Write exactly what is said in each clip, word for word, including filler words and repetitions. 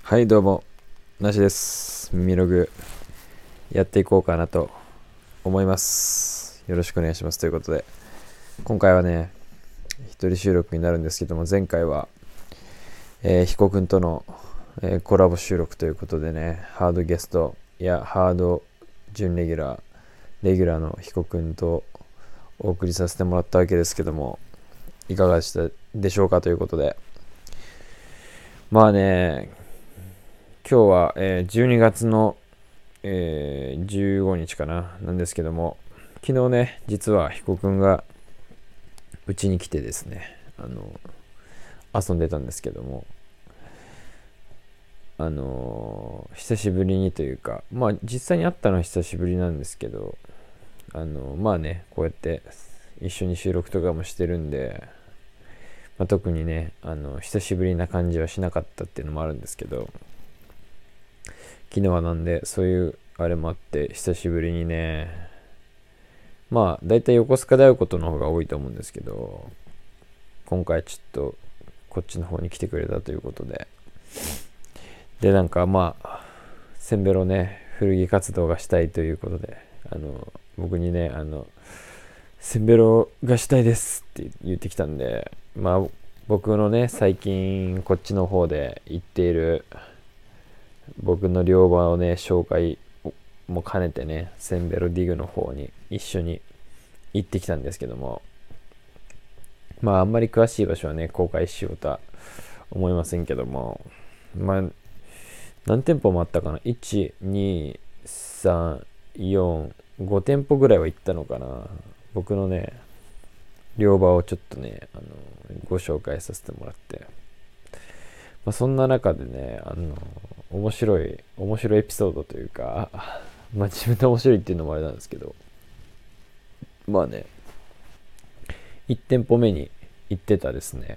はいどうも、なしです。耳ログやっていこうかなと思います。よろしくお願いしますということで、今回はね一人収録になるんですけども、前回は、えー、ヒコくんとの、えーコラボ収録ということでね、ハードゲストやハード準レギュラーレギュラーのヒコくんとお送りさせてもらったわけですけども、いかがでしたでしょうかということで、まあね今日は、えーじゅうにがつのえーじゅうごにちかななんですけども、昨日ね実はヒコくんがうちに来てですね、あの遊んでたんですけども、あのー久しぶりにというか、まあ実際に会ったのは久しぶりなんですけど、あのーまあねこうやって一緒に収録とかもしてるんで、まあ、特にねあの久しぶりな感じはしなかったっていうのもあるんですけど、昨日はなんでそういうあれもあって久しぶりにね、まあ大体横須賀で会うことの方が多いと思うんですけど、今回ちょっとこっちの方に来てくれたということで、でなんかまあせんべろね古着活動がしたいということで、あの僕にねあのせんべろがしたいですって言ってきたんで、まあ僕のね最近こっちの方で行っている僕の両場をね紹介も兼ねてね、せんべろディグの方に一緒に行ってきたんですけども、まああんまり詳しい場所はね公開しようとは思いませんけども、まあ何店舗もあったかな、いち、に、さん、よん、ご店舗ぐらいは行ったのかな。僕のね両場をちょっとねあのご紹介させてもらって、まあ、そんな中でねあの面白い面白いエピソードというか、まあ自分で面白いっていうのもあれなんですけど、まあねいち店舗目に行ってたですね、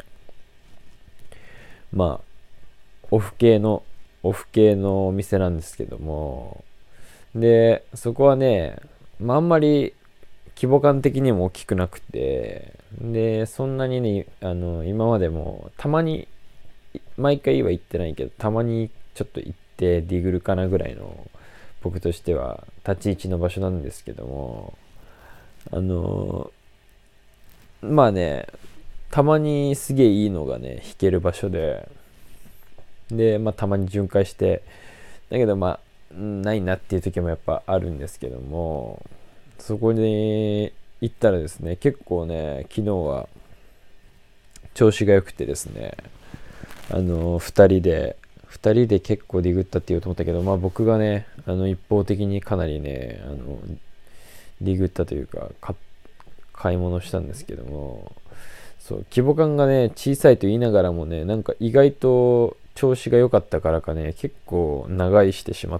まあオフ系のオフ系のお店なんですけども、でそこはね、まああんまり規模感的にも大きくなくて、でそんなにねあの今までもたまに毎回は行ってないけど、たまにちょっと行ってディグルかなぐらいの僕としては立ち位置の場所なんですけども、あのまあねたまにすげえいいのがね弾ける場所で、でまあたまに巡回して、だけどまあないなっていう時もやっぱあるんですけども、そこに行ったらですね、結構ね昨日は調子が良くてですね、あのふたりでふたりで結構ディグったって言うと思ったけど、まあ僕がねあの一方的にかなりねあのディグったというかか買い物したんですけども、そう規模感がね小さいと言いながらもね、なんか意外と調子が良かったからかね結構長居してしまって、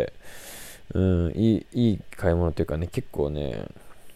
うん、いいいい買い物というかね、結構ね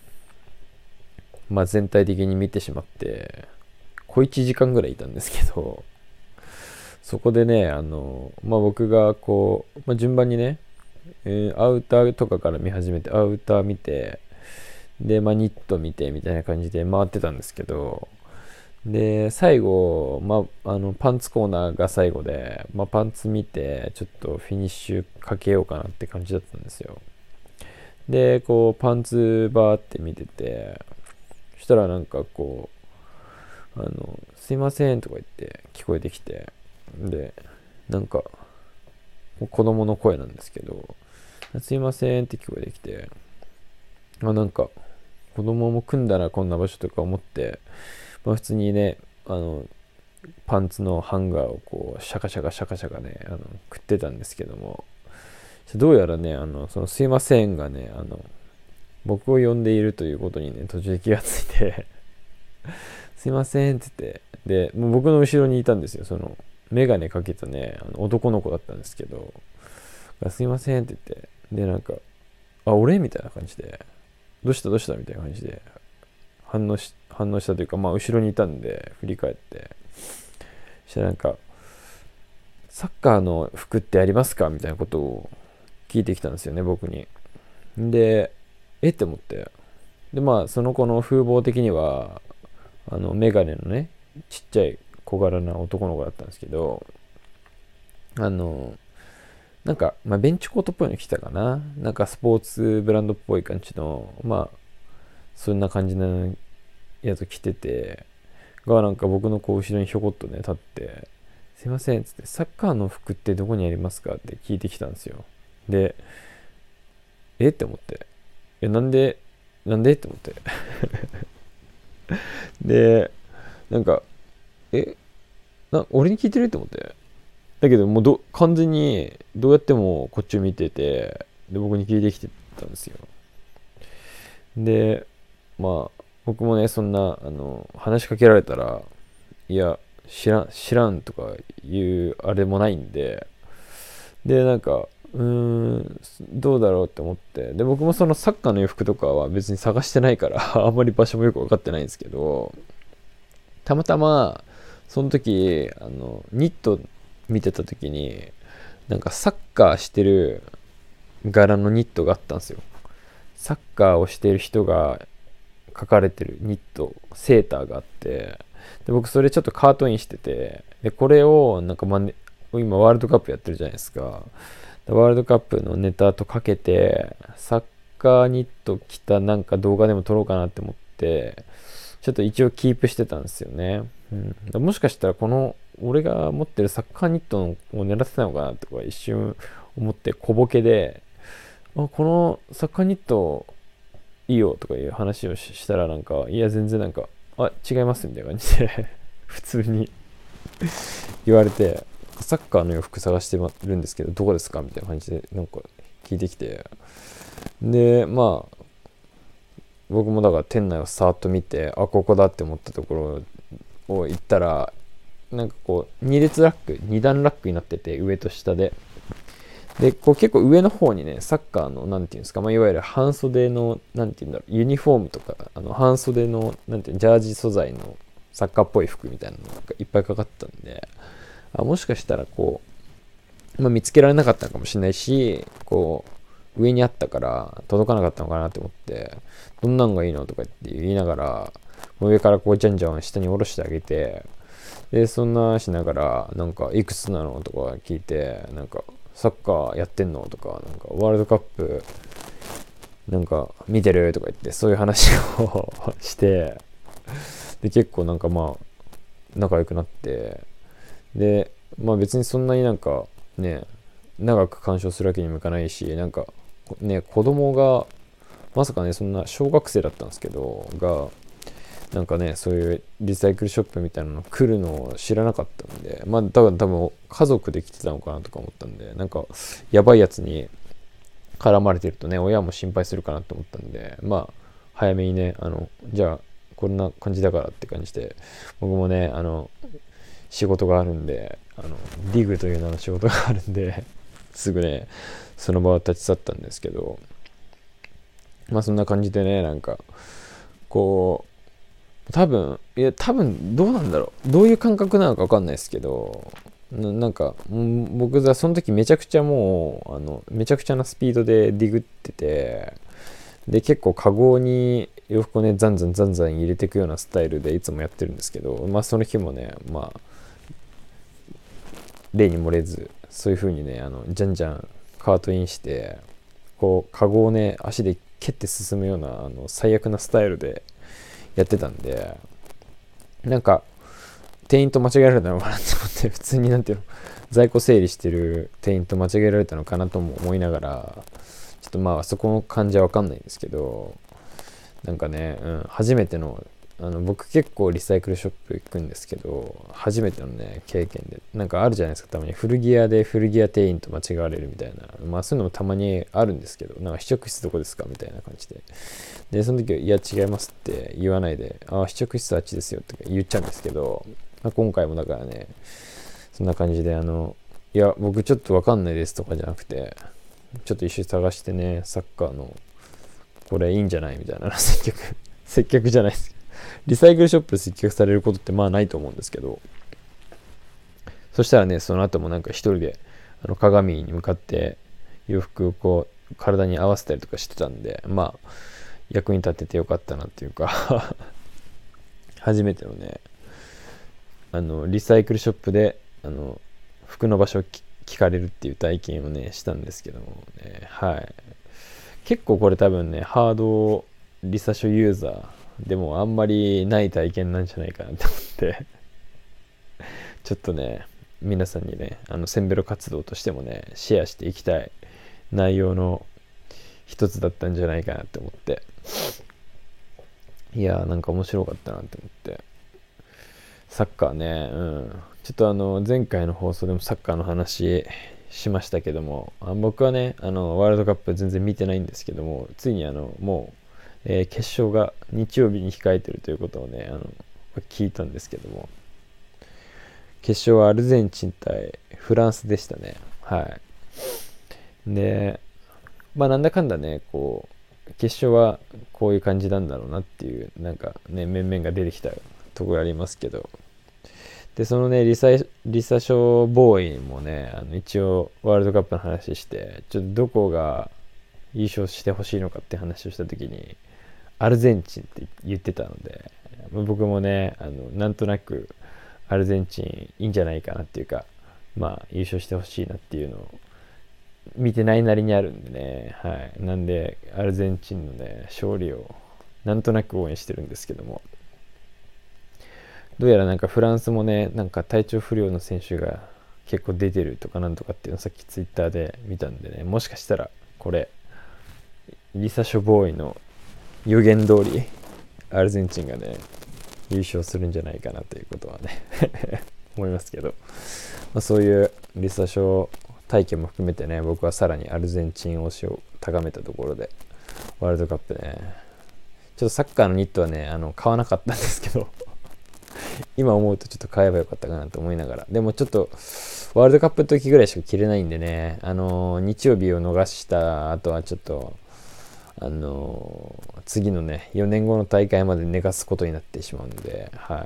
まあ全体的に見てしまって小いちじかんぐらいいたんですけど、そこでねあの、まあ、僕がこう、まあ、順番にね、えーアウターとかから見始めて、アウター見て、で、まあ、ニット見てみたいな感じで回ってたんですけど、で最後、まあ、あのパンツコーナーが最後で、まあ、パンツ見てちょっとフィニッシュかけようかなって感じだったんですよ。でこうパンツバーって見てて、そしたらなんかこうあのすいませんとか言って聞こえてきて、でなんか子供の声なんですけど、すいませんって聞こえてきて、あなんか子供も組んだらこんな場所とか思って、まあ、普通にねあのパンツのハンガーをこうシャカシャカシャカシャカねあの食ってたんですけども、どうやらねあのそのすいませんがねあの僕を呼んでいるということにね途中で気がついてすいませんって言って、でもう僕の後ろにいたんですよ、そのメガネかけたねあの男の子だったんですけど、すいませんって言って、でなんかあ俺みたいな感じで、どうしたどうしたみたいな感じで反応し反応したというか、まあ後ろにいたんで振り返って、そしたらなんかサッカーの服ってありますかみたいなことを聞いてきたんですよね僕に。でえって思って、でまあその子の風貌的にはあのメガネのねちっちゃい小柄な男の子だったんですけど、 あのなんか、まあ、ベンチコートっぽいの着たかな。なんかスポーツブランドっぽい感じの、まあ、そんな感じのやつ着てて、が、なんか僕のこう後ろにひょこっとね、立って、すいません、つって、サッカーの服ってどこにありますかって聞いてきたんですよ。で、えって思って。え、なんで、なんでって思って。で、なんか、え、な、俺に聞いてるって思って。だけど、もうど、完全に、どうやってもこっちを見てて、で、僕に聞いてきてたんですよ。で、まあ、僕もね、そんな、あの、話しかけられたら、いや、知らん、知らんとかいうあれもないんで、で、なんか、うーん、どうだろうって思って、で、僕もそのサッカーの洋服とかは別に探してないからあんまり場所もよく分かってないんですけど、たまたま、その時、あの、ニット見てた時に、なんかサッカーしてる柄のニットがあったんですよ。サッカーをしてる人が書かれてるニット、セーターがあって、で僕それちょっとカートインしてて、で、これをなんかまね、今ワールドカップやってるじゃないですか。ワールドカップのネタとかけて、サッカーニット着たなんか動画でも撮ろうかなって思って、ちょっと一応キープしてたんですよね。うん、もしかしたらこの俺が持ってるサッカーニットを狙ってたのかなとか一瞬思って小ボケで、あ、このサッカーニットいいよとかいう話をしたらなんか、いや全然なんか、あ、違いますみたいな感じで普通に言われて、サッカーの洋服探してるんですけど、どこですかみたいな感じでなんか聞いてきて、で、まあ、僕もだから店内をさーっと見て、あ、ここだって思ったところを行ったら、なんかこう、に列ラック、に段ラックになってて、上と下で。で、こう結構上の方にね、サッカーの、なんていうんですか、まあ、いわゆる半袖の、なんていうんだろう、ユニフォームとか、あの、半袖の、なんていうの、ジャージ素材のサッカーっぽい服みたいなのがいっぱいかかったんで、あ、もしかしたらこう、まあ、見つけられなかったのかもしれないし、こう、上にあったから届かなかったのかなって思って、どんなんがいいのとかって言いながら、上からこう、じゃんじゃん下に下ろしてあげて、で、そんなしながら、なんか、いくつなのとか聞いて、なんか、サッカーやってんのとか、なんか、ワールドカップ、なんか、見てるとか言って、そういう話をして、で、結構なんかまあ、仲良くなって、で、まあ別にそんなになんか、ね、長く鑑賞するわけにもいかないし、なんか、ね、子供が、まさかね、そんな小学生だったんですけど、が、なんかね、そういうリサイクルショップみたいなの来るのを知らなかったんで、まあ、多分多分家族で来てたのかなとか思ったんで、なんか、やばいやつに絡まれてるとね、親も心配するかなと思ったんで、まあ、早めにね、あの、じゃあ、こんな感じだからって感じで、僕もね、あの、仕事があるんで、あの、ディグという名の仕事があるんで、すぐね、その場を立ち去ったんですけど、まあそんな感じでね、なんか、こう、多分、いや、多分、どうなんだろう。どういう感覚なのかわかんないですけど、な、なんか、僕はその時めちゃくちゃもう、あの、めちゃくちゃなスピードでディグってて、で、結構カゴに洋服をね、ザンザンザンザン入れていくようなスタイルでいつもやってるんですけど、まあその日もね、まあ、例に漏れず、そういう風にね、あの、じゃんじゃんカートインして、こう、カゴをね、足で蹴って進むような、あの、最悪なスタイルでやってたんで、なんか、店員と間違えられたのかなと思って、普通になんていうの、在庫整理してる店員と間違えられたのかなとも思いながら、ちょっとまあ、そこの感じはわかんないんですけど、なんかね、うん、初めての、あの僕結構リサイクルショップ行くんですけど、初めてのね、経験で、なんかあるじゃないですか、たまに古着屋で古着屋店員と間違われるみたいな、まあそういうのもたまにあるんですけど、なんか試着室どこですかみたいな感じで。で、その時は、いや違いますって言わないで、ああ、試着室あっちですよって言っちゃうんですけど、まあ、今回もだからね、そんな感じで、あの、いや、僕ちょっとわかんないですとかじゃなくて、ちょっと一緒に探してね、サッカーの、これいいんじゃないみたいな接客、接客じゃないですけど、リサイクルショップで接客されることってまあないと思うんですけど、そしたらね、その後もなんか一人であの鏡に向かって洋服をこう体に合わせたりとかしてたんで、まあ役に立ててよかったなっていうか初めてのね、あのリサイクルショップであの服の場所を聞かれるっていう体験をねしたんですけどもね、はい、結構これ多分ねハードリサ書ユーザーでもあんまりない体験なんじゃないかなと思ってちょっとね皆さんにねあのセンベロ活動としてもねシェアしていきたい内容の一つだったんじゃないかなって思って、いやーなんか面白かったなって思って、サッカーね、うん、ちょっとあの前回の放送でもサッカーの話しましたけども、あ僕はねあのワールドカップ全然見てないんですけども、ついにあのもう、えー決勝が日曜日に控えてるということをねあの聞いたんですけども、決勝はアルゼンチン対フランスでしたね。はい。で、まあなんだかんだね、こう、決勝はこういう感じなんだろうなっていう、なんかね、面々が出てきたところありますけど、で、そのね、リサ、リサショーボーイもね、あの一応ワールドカップの話して、ちょっとどこが優勝してほしいのかって話をしたときに、アルゼンチンって言ってたので、僕もね、あのなんとなくアルゼンチンいいんじゃないかなっていうか、まあ優勝してほしいなっていうのを見てないなりにあるんでね、はい。なんでアルゼンチンのね、勝利をなんとなく応援してるんですけども、どうやらなんかフランスもね、なんか体調不良の選手が結構出てるとかなんとかっていうのをさっきツイッターで見たんでね、もしかしたらこれ、リサ・ショボーイの予言通りアルゼンチンがね優勝するんじゃないかなということはね思いますけど、まあ、そういうリサショー体験も含めてね、僕はさらにアルゼンチン推しを高めたところでワールドカップね、ちょっとサッカーのニットはねあの買わなかったんですけど今思うとちょっと買えばよかったかなと思いながら、でもちょっとワールドカップの時ぐらいしか着れないんでね、あのー日曜日を逃した後はちょっとあのー次のねよねんごの大会まで寝かすことになってしまうんで、はい、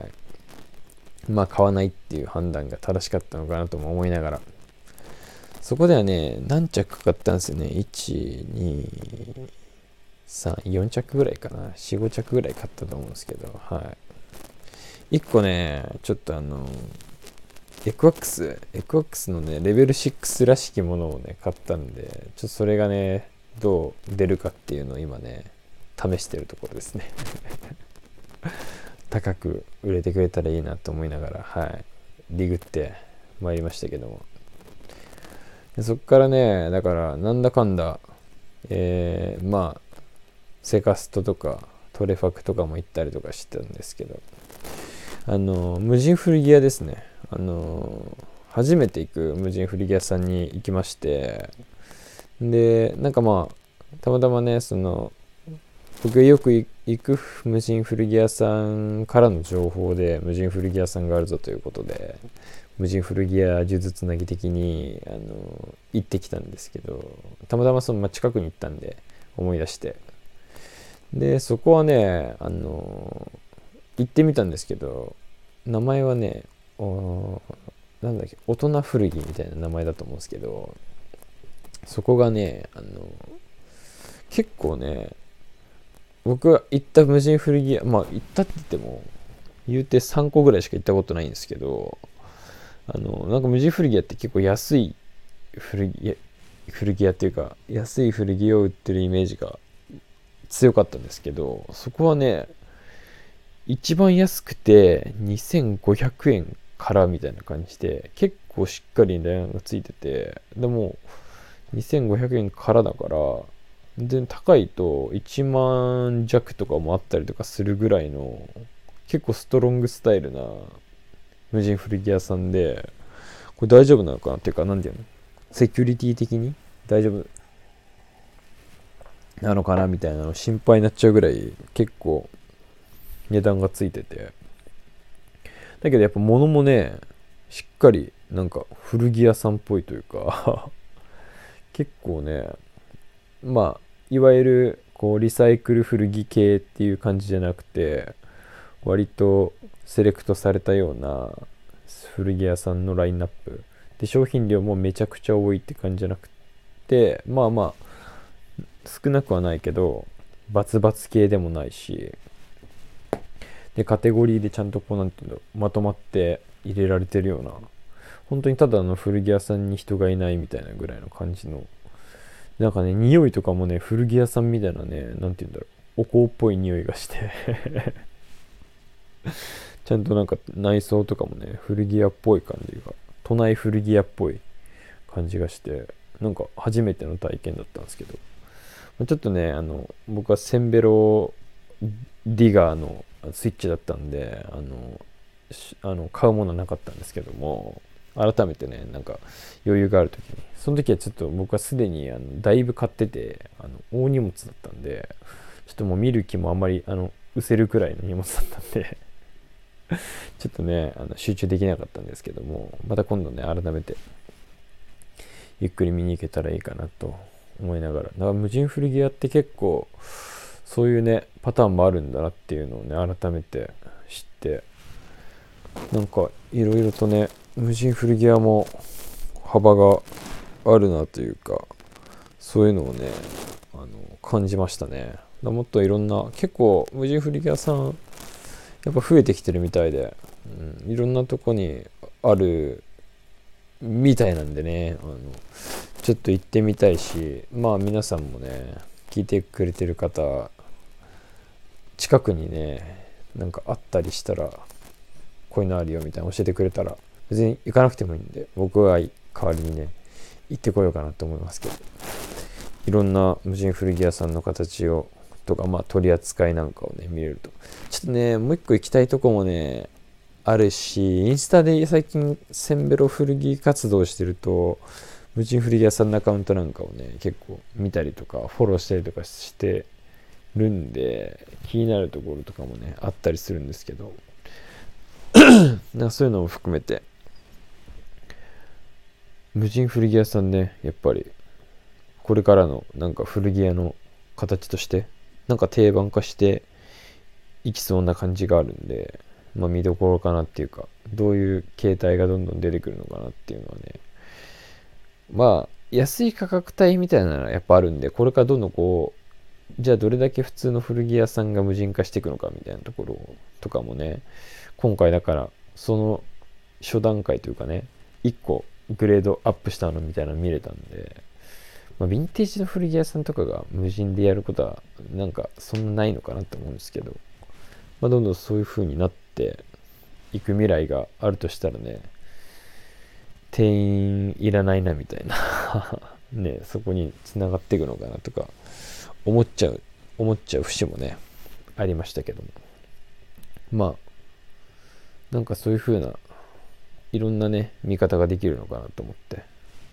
まあ買わないっていう判断が正しかったのかなとも思いながら、そこではね何着か買ったんですよね。いち、に、さん、よん着ぐらいかな、よん、ご着ぐらい買ったと思うんですけど、はい、いっこねちょっとあのエクワックスエクワックスのねレベルろくらしきものをね買ったんで、ちょっとそれがねどう出るかっていうのを今ね試してるところですね高く売れてくれたらいいなと思いながら、はい、リグってまいりましたけども、でそっからねだからなんだかんだ、えー、まあセカストとかトレファクとかも行ったりとかしてたんですけど、あの無人古着屋ですね、あの初めて行く無人古着屋さんに行きまして、でなんかまあたまたまねその僕がよく行く無人古着屋さんからの情報で無人古着屋さんがあるぞということで、無人古着屋数珠つなぎ的にあの行ってきたんですけど、たまたまその、まあ、近くに行ったんで思い出して、でそこはねあの行ってみたんですけど、名前はねなんだっけ大人古着みたいな名前だと思うんですけど、そこがねあの結構ね僕が行った無人古着屋、まあ行ったって言っても言うてさんこぐらいしか行ったことないんですけど、あのなんか無人古着屋って結構安い古着屋古着屋っていうか安い古着を売ってるイメージが強かったんですけど、そこはね一番安くてにせんごひゃくえんからみたいな感じで結構しっかり値段がついてて、でもにせんごひゃくえんからだから全然高いといちまん弱とかもあったりとかするぐらいの結構ストロングスタイルな無人古着屋さんで、これ大丈夫なのかなっていうか、なんていうの、セキュリティ的に大丈夫なのかなみたいなの心配になっちゃうぐらい結構値段がついてて、だけどやっぱ物もねしっかりなんか古着屋さんっぽいというか結構ねまあいわゆるこうリサイクル古着系っていう感じじゃなくて、割とセレクトされたような古着屋さんのラインナップで、商品量もめちゃくちゃ多いって感じじゃなくて、まあまあ少なくはないけどバツバツ系でもないし、でカテゴリーでちゃんとこうなんていうのまとまって入れられてるような、 本当にただの古着屋さんに人がいないみたいなぐらいの感じの、なんかね、匂いとかもね、古着屋さんみたいなね、なんて言うんだろう、お香っぽい匂いがしてちゃんとなんか内装とかもね、古着屋っぽい感じが、都内古着屋っぽい感じがして、なんか初めての体験だったんですけど、ちょっとね、あの、僕はセンベロディガーのスイッチだったんで、あの、あの買うものなかったんですけども、改めてね、なんか余裕があるときに、その時はちょっと僕はすでにあのだいぶ買ってて、あの大荷物だったんで、ちょっともう見る気もあんまりあの失せるくらいの荷物だったんでちょっとね、あの集中できなかったんですけども、また今度ね、改めてゆっくり見に行けたらいいかなと思いながら、だから無人古着屋って結構そういうねパターンもあるんだなっていうのをね改めて知って、なんかいろいろとね無人古着屋も幅があるなというか、そういうのをねあの感じましたね。だもっといろんな、結構無人古着屋さんやっぱ増えてきてるみたいで、うん、いろんなとこにあるみたいなんでね、あのちょっと行ってみたいし、まあ皆さんもね聞いてくれてる方近くにねなんかあったりしたら、こういうのあるよみたいな教えてくれたら、別に行かなくてもいいんで僕は代わりにね行ってこようかなと思いますけど、いろんな無人古着屋さんの形をとか、まあ取り扱いなんかをね見れると、ちょっとねもう一個行きたいとこもねあるし、インスタで最近センベロ古着活動してると無人古着屋さんのアカウントなんかをね結構見たりとかフォローしたりとかしてるんで、気になるところとかもねあったりするんですけどなんかそういうのも含めて無人古着屋さんね、やっぱりこれからのなんか古着屋の形としてなんか定番化していきそうな感じがあるんで、まあ見どころかなっていうか、どういう形態がどんどん出てくるのかなっていうのはね、まあ安い価格帯みたいなのはやっぱあるんで、これからどんどんこう、じゃあどれだけ普通の古着屋さんが無人化していくのかみたいなところとかもね、今回だからその初段階というかね、いっこグレードアップしたのみたいなの見れたんで、まあ、ヴィンテージの古着屋さんとかが無人でやることはなんかそんなないのかなって思うんですけど、まあ、どんどんそういう風になっていく未来があるとしたらね、店員いらないなみたいなね、そこに繋がっていくのかなとか思っちゃう思っちゃう節もねありましたけども、まあなんかそういう風ないろんなね見方ができるのかなと思って、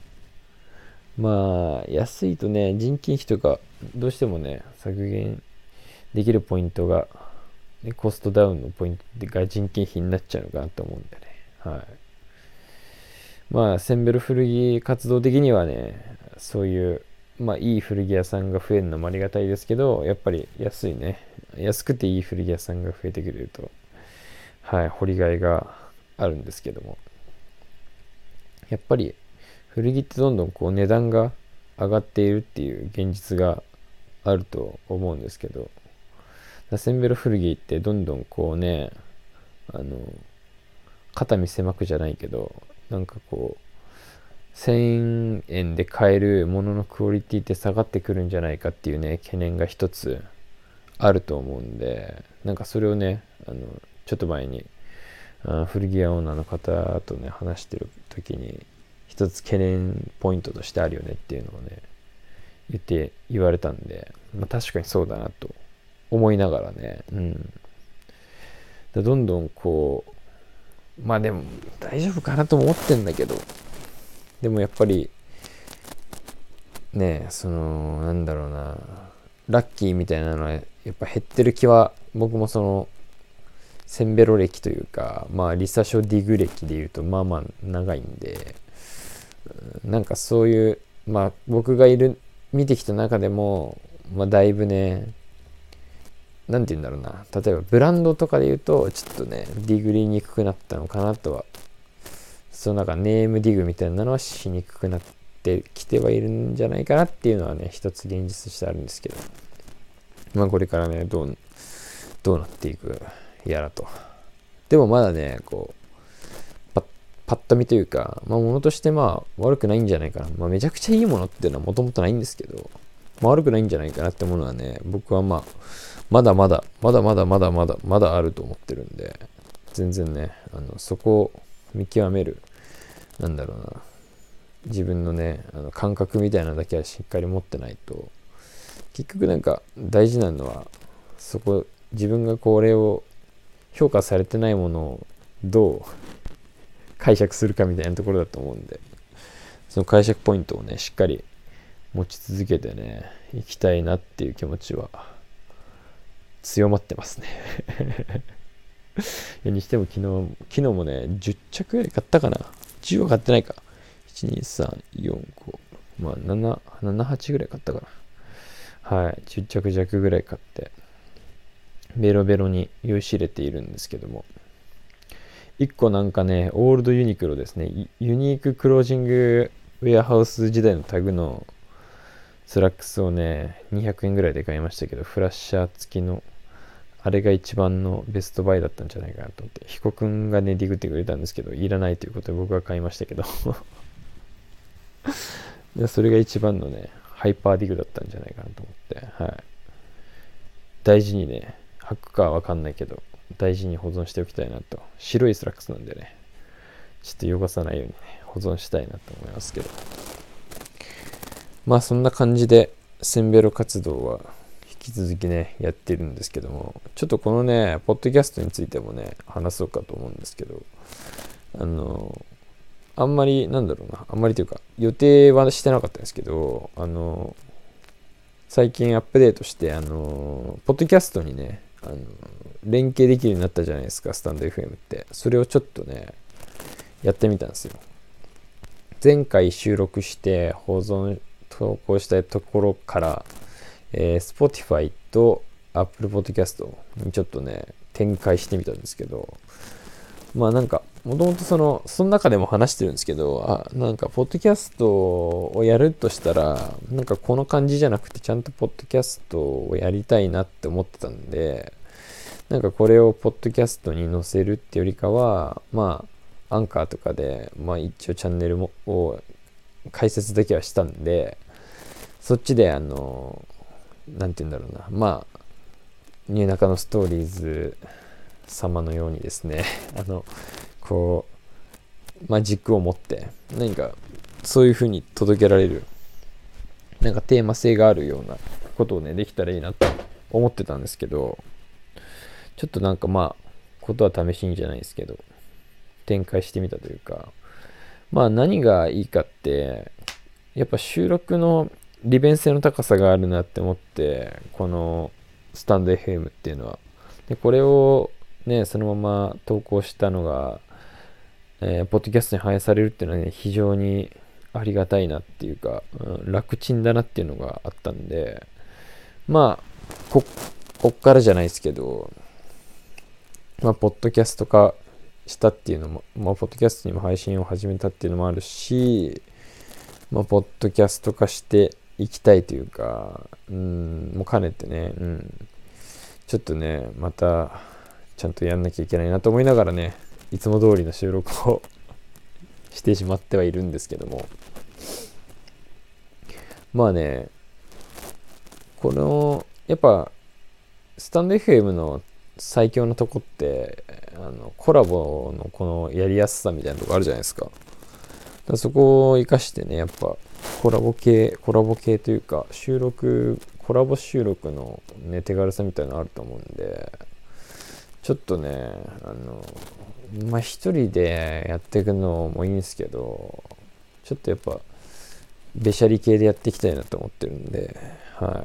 まあ安いとね人件費とかどうしてもね削減できるポイントが、ね、コストダウンのポイントが人件費になっちゃうのかなと思うんでね、はい。まあセンベロ古着活動的にはね、そういうまあいい古着屋さんが増えるのもありがたいですけど、やっぱり安いね、安くていい古着屋さんが増えてくれると、はい、掘りがいがあるんですけども、やっぱり古着ってどんどんこう値段が上がっているっていう現実があると思うんですけど、センベロ古着ってどんどんこうね、あの肩身狭くじゃないけど、なんかこうせんえんで買えるもののクオリティって下がってくるんじゃないかっていうね懸念が一つあると思うんで、なんかそれをねあのちょっと前にあ古着屋オーナーの方とね話してる時に一つ懸念ポイントとしてあるよねっていうのをね言って言われたんで、まあ、確かにそうだなと思いながらね、うん、だどんどんこうまあでも大丈夫かなと思ってんだけど、でもやっぱりね、そのなんだろうな、ラッキーみたいなのはやっぱ減ってる気は、僕もそのセンベロ歴というか、まあリサショディグ歴でいうとまあまあ長いんで、なんかそういうまあ僕がいる見てきた中でもまあだいぶね、なんて言うんだろうな、例えばブランドとかで言うとちょっとねディグりにくくなったのかなとは、そのなんかネームディグみたいなのはしにくくなってきてはいるんじゃないかなっていうのはね一つ現実としてあるんですけど、まあこれからねどうどうなっていくやらと。でもまだねこうパッパッと見というか、まあ、ものとしてまあ悪くないんじゃないかな。まあ、めちゃくちゃいいものっていうのはもともとないんですけど、まあ、悪くないんじゃないかなってものはね、僕はまあまだまだまだまだまだまだまだあると思ってるんで、全然ね、あのそこを見極める、なんだろうな、自分のね、あの感覚みたいなのだけはしっかり持ってないと、結局なんか大事なのは、そこ、自分がこれを評価されてないものをどう解釈するかみたいなところだと思うんで、その解釈ポイントをね、しっかり持ち続けてね、いきたいなっていう気持ちは強まってますね。いやにしても昨日、昨日もね、じゅっちゃくぐらい買ったかな。じゅうは買ってないか。いち、に、さん、よん、ご、まあなな、なな、はちぐらい買ったかな。はい、じゅっちゃく弱ぐらい買って、ベロベロに酔いしれているんですけども、いっこなんかね、オールドユニクロですね、ユニーククロージングウェアハウス時代のタグのスラックスをね、にひゃくえんぐらいで買いましたけど、フラッシャー付きの、あれが一番のベストバイだったんじゃないかなと思って、ヒコくんがね、ディグってくれたんですけど、いらないということで僕は買いましたけど、でそれが一番のね、ハイパーディグだったんじゃないかなと思って、はい。大事にね、履くかはわかんないけど、大事に保存しておきたいなと。白いスラックスなんでね、ちょっと汚さないようにね、保存したいなと思いますけど。まあそんな感じで、センベロ活動は引き続きね、やってるんですけども、ちょっとこのね、ポッドキャストについてもね、話そうかと思うんですけど、あの、あんまり、なんだろうな、あんまりというか、予定はしてなかったんですけど、あの、最近アップデートして、あの、ポッドキャストにね、あの、連携できるようになったじゃないですか、スタンド エフエム って。それをちょっとね、やってみたんですよ。前回収録して保存、投稿したところから、えー、Spotify と Apple Podcast にちょっとね、展開してみたんですけど、まあなんか、もともとその、その中でも話してるんですけど、あ、なんか、ポッドキャストをやるとしたら、なんかこの感じじゃなくて、ちゃんとポッドキャストをやりたいなって思ってたんで、なんかこれをポッドキャストに載せるってよりかは、まあ、アンカーとかで、まあ一応チャンネルもを解説だけはしたんで、そっちであの、なんて言うんだろうな、まあ、ニューナカのストーリーズ様のようにですね、あの、こう、まあ軸を持って、何かそういう風に届けられる、なんかテーマ性があるようなことをね、できたらいいなと思ってたんですけど、ちょっとなんかまあ、ことは試しにじゃないですけど、展開してみたというか、まあ何がいいかって、やっぱ収録の利便性の高さがあるなって思って、このスタンド エフエム っていうのは。で、これをね、そのまま投稿したのが、えー、ポッドキャストに反映されるっていうのはね、非常にありがたいなっていうか、うん、楽ちんだなっていうのがあったんで、まあ、こ、こっからじゃないですけど、まあ、ポッドキャスト化したっていうのも、まあ、ポッドキャストにも配信を始めたっていうのもあるし、まあ、ポッドキャスト化していきたいというか、うん、もう兼ねてね、うん、ちょっとね、また、ちゃんとやんなきゃいけないなと思いながらね、いつも通りの収録をしてしまってはいるんですけども、まあね、この、やっぱ、スタンド エフエム の最強のとこって、あの、コラボのこのやりやすさみたいなとこあるじゃないですか。だからそこを活かしてね、やっぱ、コラボ系、コラボ系というか、収録、コラボ収録のね、手軽さみたいなのあると思うんで、ちょっとね、あの、まあ、一人でやっていくのもいいんですけど、ちょっとやっぱ、べしゃり系でやっていきたいなと思ってるんで、はい。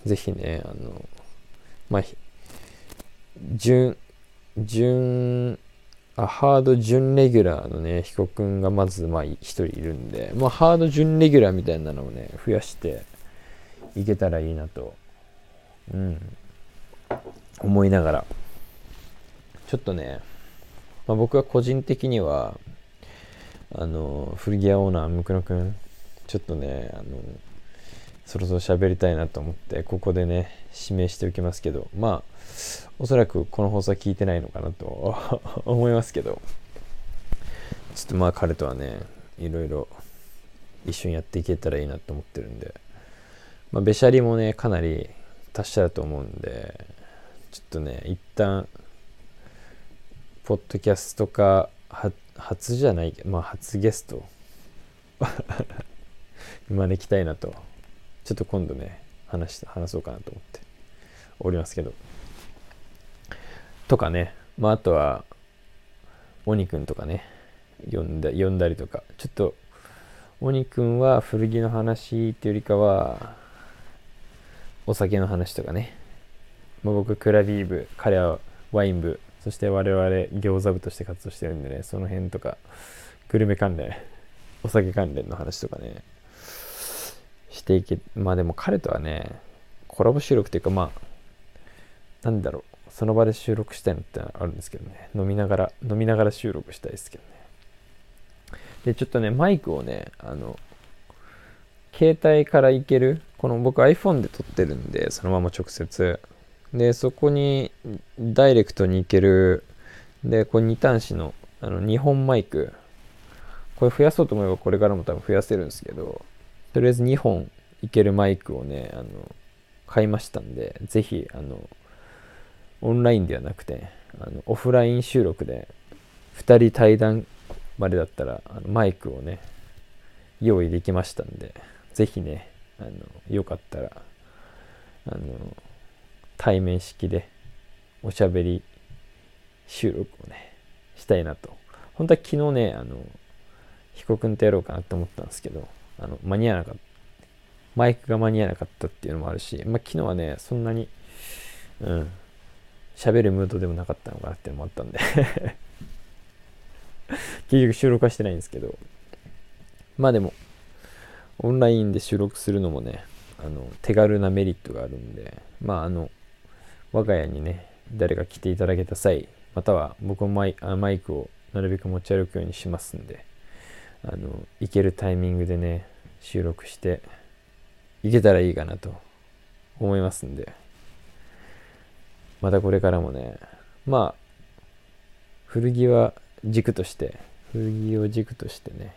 ぜひね、あの、まあ、準、準、あ、ハード準レギュラーのね、ヒコくんがまず、まあ、一人いるんで、まあ、ハード準レギュラーみたいなのをね、増やしていけたらいいなと、うん、思いながら、ちょっとね、まあ、僕は個人的には、あの、古着屋オーナー、むくのくん、ちょっとね、あの、そろそろ喋りたいなと思って、ここでね、指名しておきますけど、まあ、おそらくこの放送は聞いてないのかなと思いますけど、 ちょっとまあ彼とはねいろいろ一緒にやっていけたらいいなと思ってるんで、まあべしゃりもねかなり達者だと思うんで、ちょっとね一旦ポッドキャストかは初じゃないけど、まあ初ゲスト招きたいなと、ちょっと今度ね話し話そうかなと思っておりますけど、とかね、まああとは鬼くんとかね呼んだ呼んだりとか、ちょっと鬼くんは古着の話っていうよりかはお酒の話とかね、まあ、僕クラビー部、彼はワイン部、そして我々餃子部として活動してるんでね、その辺とかグルメ関連、お酒関連の話とかねしていけ、まあでも彼とはねコラボ収録っていうか、まあなんだろう、その場で収録したいのってあるんですけどね、飲みながら飲みながら収録したいですけどね。でちょっとねマイクをねあの携帯からいける、この僕 iPhone で撮ってるんでそのまま直接で、そこにダイレクトにいけるで、これに端子のあのにほんマイク、これ増やそうと思えばこれからも多分増やせるんですけど、とりあえずにほんいけるマイクをねあの買いましたんで、ぜひあのオンラインではなくてあのオフライン収録でふたり対談までだったらあのマイクをね用意できましたんで、ぜひねあのよかったらあの対面式でおしゃべり収録をねしたいなと。本当は昨日ねあの彦君とやろうかなと思ったんですけど、あの間に合わなかった、マイクが間に合わなかったっていうのもあるし、まあ、昨日はねそんなにうん喋るムードでもなかったのかなっていうのもあったんで結局収録はしてないんですけど、まあでもオンラインで収録するのもねあの手軽なメリットがあるんで、まああの我が家にね誰か来ていただけた際、または僕もマイ、マイクをなるべく持ち歩くようにしますんで、あの行けるタイミングでね収録していけたらいいかなと思いますんで、またこれからもねまあ古着は軸として古着を軸としてね、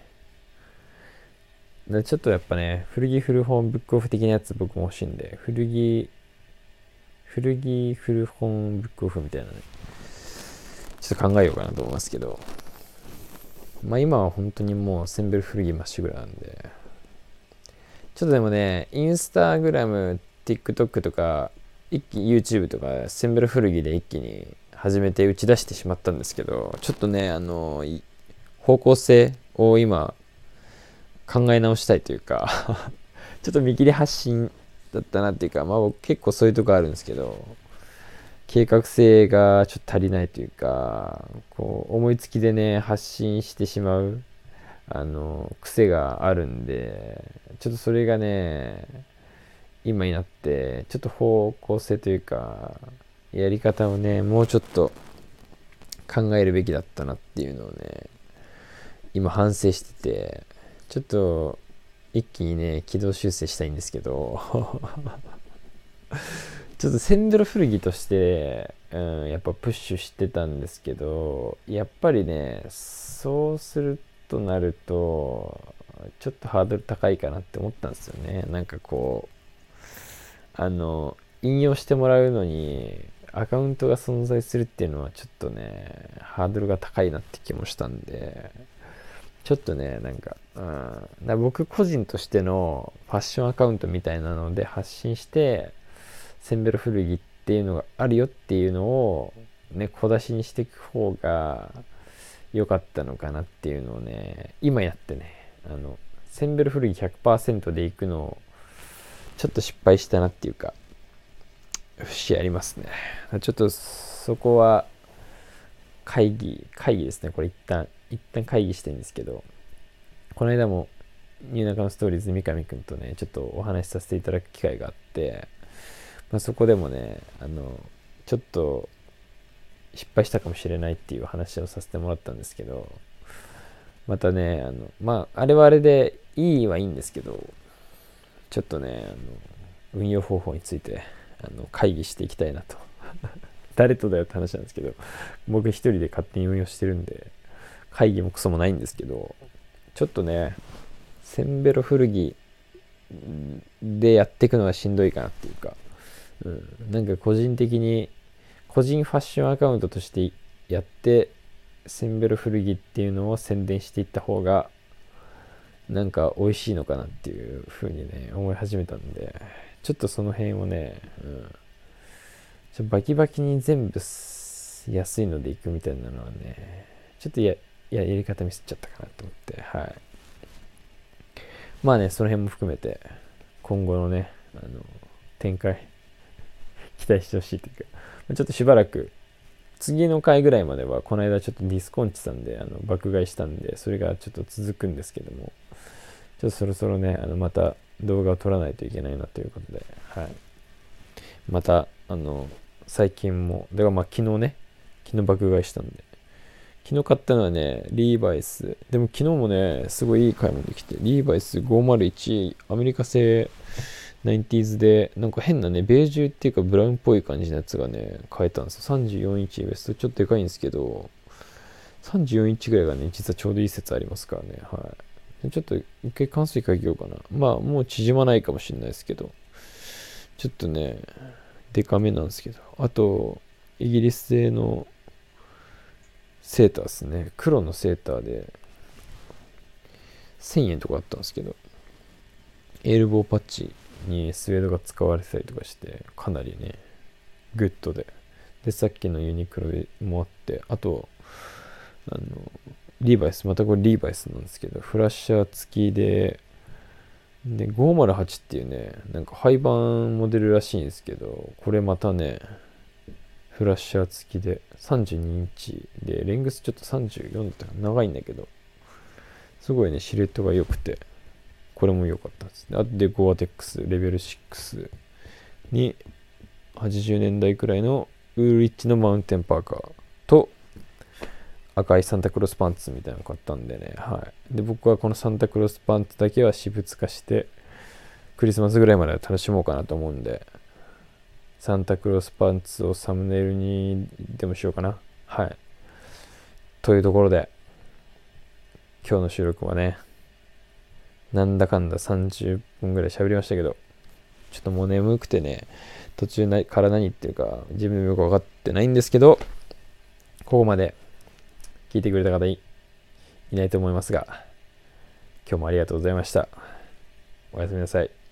ちょっとやっぱね古着古本ブックオフ的なやつ僕も欲しいんで、古着古着古本ブックオフみたいなねちょっと考えようかなと思いますけど、まあ今は本当にもうセンベル古着まっしぐらなんで、ちょっとでもねインスタグラム TikTok とか一気 YouTube とかセンベル古着で一気に始めて打ち出してしまったんですけど、ちょっとねあの方向性を今考え直したいというかちょっと見切り発信だったなっていうか、まあ僕結構そういうとこあるんですけど、計画性がちょっと足りないというか、こう思いつきでね発信してしまうあの癖があるんで、ちょっとそれがね今になってちょっと方向性というかやり方をねもうちょっと考えるべきだったなっていうのをね今反省してて、ちょっと一気にね軌道修正したいんですけどちょっとセンベロ古着として、うん、やっぱプッシュしてたんですけど、やっぱりねそうするとなるとちょっとハードル高いかなって思ったんですよね。なんかこうあの引用してもらうのにアカウントが存在するっていうのはちょっとねハードルが高いなって気もしたんで、ちょっとねなんか、うん、だ僕個人としてのファッションアカウントみたいなので発信してセンベロ古着っていうのがあるよっていうのをね小出しにしていく方が良かったのかなっていうのをね今やってね、あのセンベロ古着 ひゃくパーセント でいくのをちょっと失敗したなっていうか節ありますね。ちょっとそこは会議会議ですね。これ一旦一旦会議してるんですけど、この間もニューナカのストーリーズ三上くんとねちょっとお話しさせていただく機会があって、まあ、そこでもねあのちょっと失敗したかもしれないっていう話をさせてもらったんですけど、またねあのまああれはあれでいいはいいんですけど、ちょっとねあの運用方法についてあの会議していきたいなと誰とだよって話なんですけど、僕一人で勝手に運用してるんで会議もクソもないんですけど、ちょっとねセンベロ古着でやっていくのはしんどいかなっていうか、うん、なんか個人的に個人ファッションアカウントとしてやってセンベロ古着っていうのを宣伝していった方がなんか美味しいのかなっていう風にね思い始めたんで、ちょっとその辺をね、うん、ちょバキバキに全部安いのでいくみたいなのはねちょっとやややり方ミスっちゃったかなと思って、はい。まあね、その辺も含めて今後のねあの展開期待してほしいというか、ちょっとしばらく次の回ぐらいまではこの間ちょっとディスコンチさんであの爆買いしたんで、それがちょっと続くんですけども、ちょっとそろそろねあのまた動画を撮らないといけないなということで、はい、またあの最近もだからまあ昨日ね昨日爆買いしたんで、昨日買ったのはねリーバイスでも昨日もねすごいいい買い物できて、リーバイスごまるいちアメリカ製ナインティーズでなんか変なねベージュっていうかブラウンっぽい感じのやつがね買えたんですよ。さんじゅうよんインチウエストちょっとでかいんですけどさんじゅうよんインチぐらいがね実はちょうどいい説ありますからね。はい、ちょっと一回関数かけようかな。まあもう縮まないかもしれないですけど、ちょっとねデカめなんですけど、あとイギリス製のセーターですね、黒のセーターでせんえんとかあったんですけど、エルボーパッチにスウェードが使われてたりとかしてかなりねグッドで、でさっきのユニクロもあって、あとあのリーバイス、またこれリーバイスなんですけどフラッシャー付きででごまるはちっていうねなんか廃盤モデルらしいんですけど、これまたねフラッシャー付きでさんじゅうにインチでレングスちょっとさんじゅうよんだったか長いんだけどすごいねシルエットが良くてこれも良かったです。あとでゴアテックスレベルろくにはちじゅうねんだいくらいのウールリッチのマウンテンパーカーと赤いサンタクロースパンツみたいなの買ったんでね、はい。で僕はこのサンタクロースパンツだけは私物化してクリスマスぐらいまで楽しもうかなと思うんで、サンタクロースパンツをサムネイルにでもしようかな。はい。というところで今日の収録はねなんだかんださんじゅっぷんぐらい喋りましたけど、ちょっともう眠くてね途中なから何言ってるか自分でもよく分かってないんですけど、ここまで聞いてくれた方いないと思いますが、今日もありがとうございました。おやすみなさい。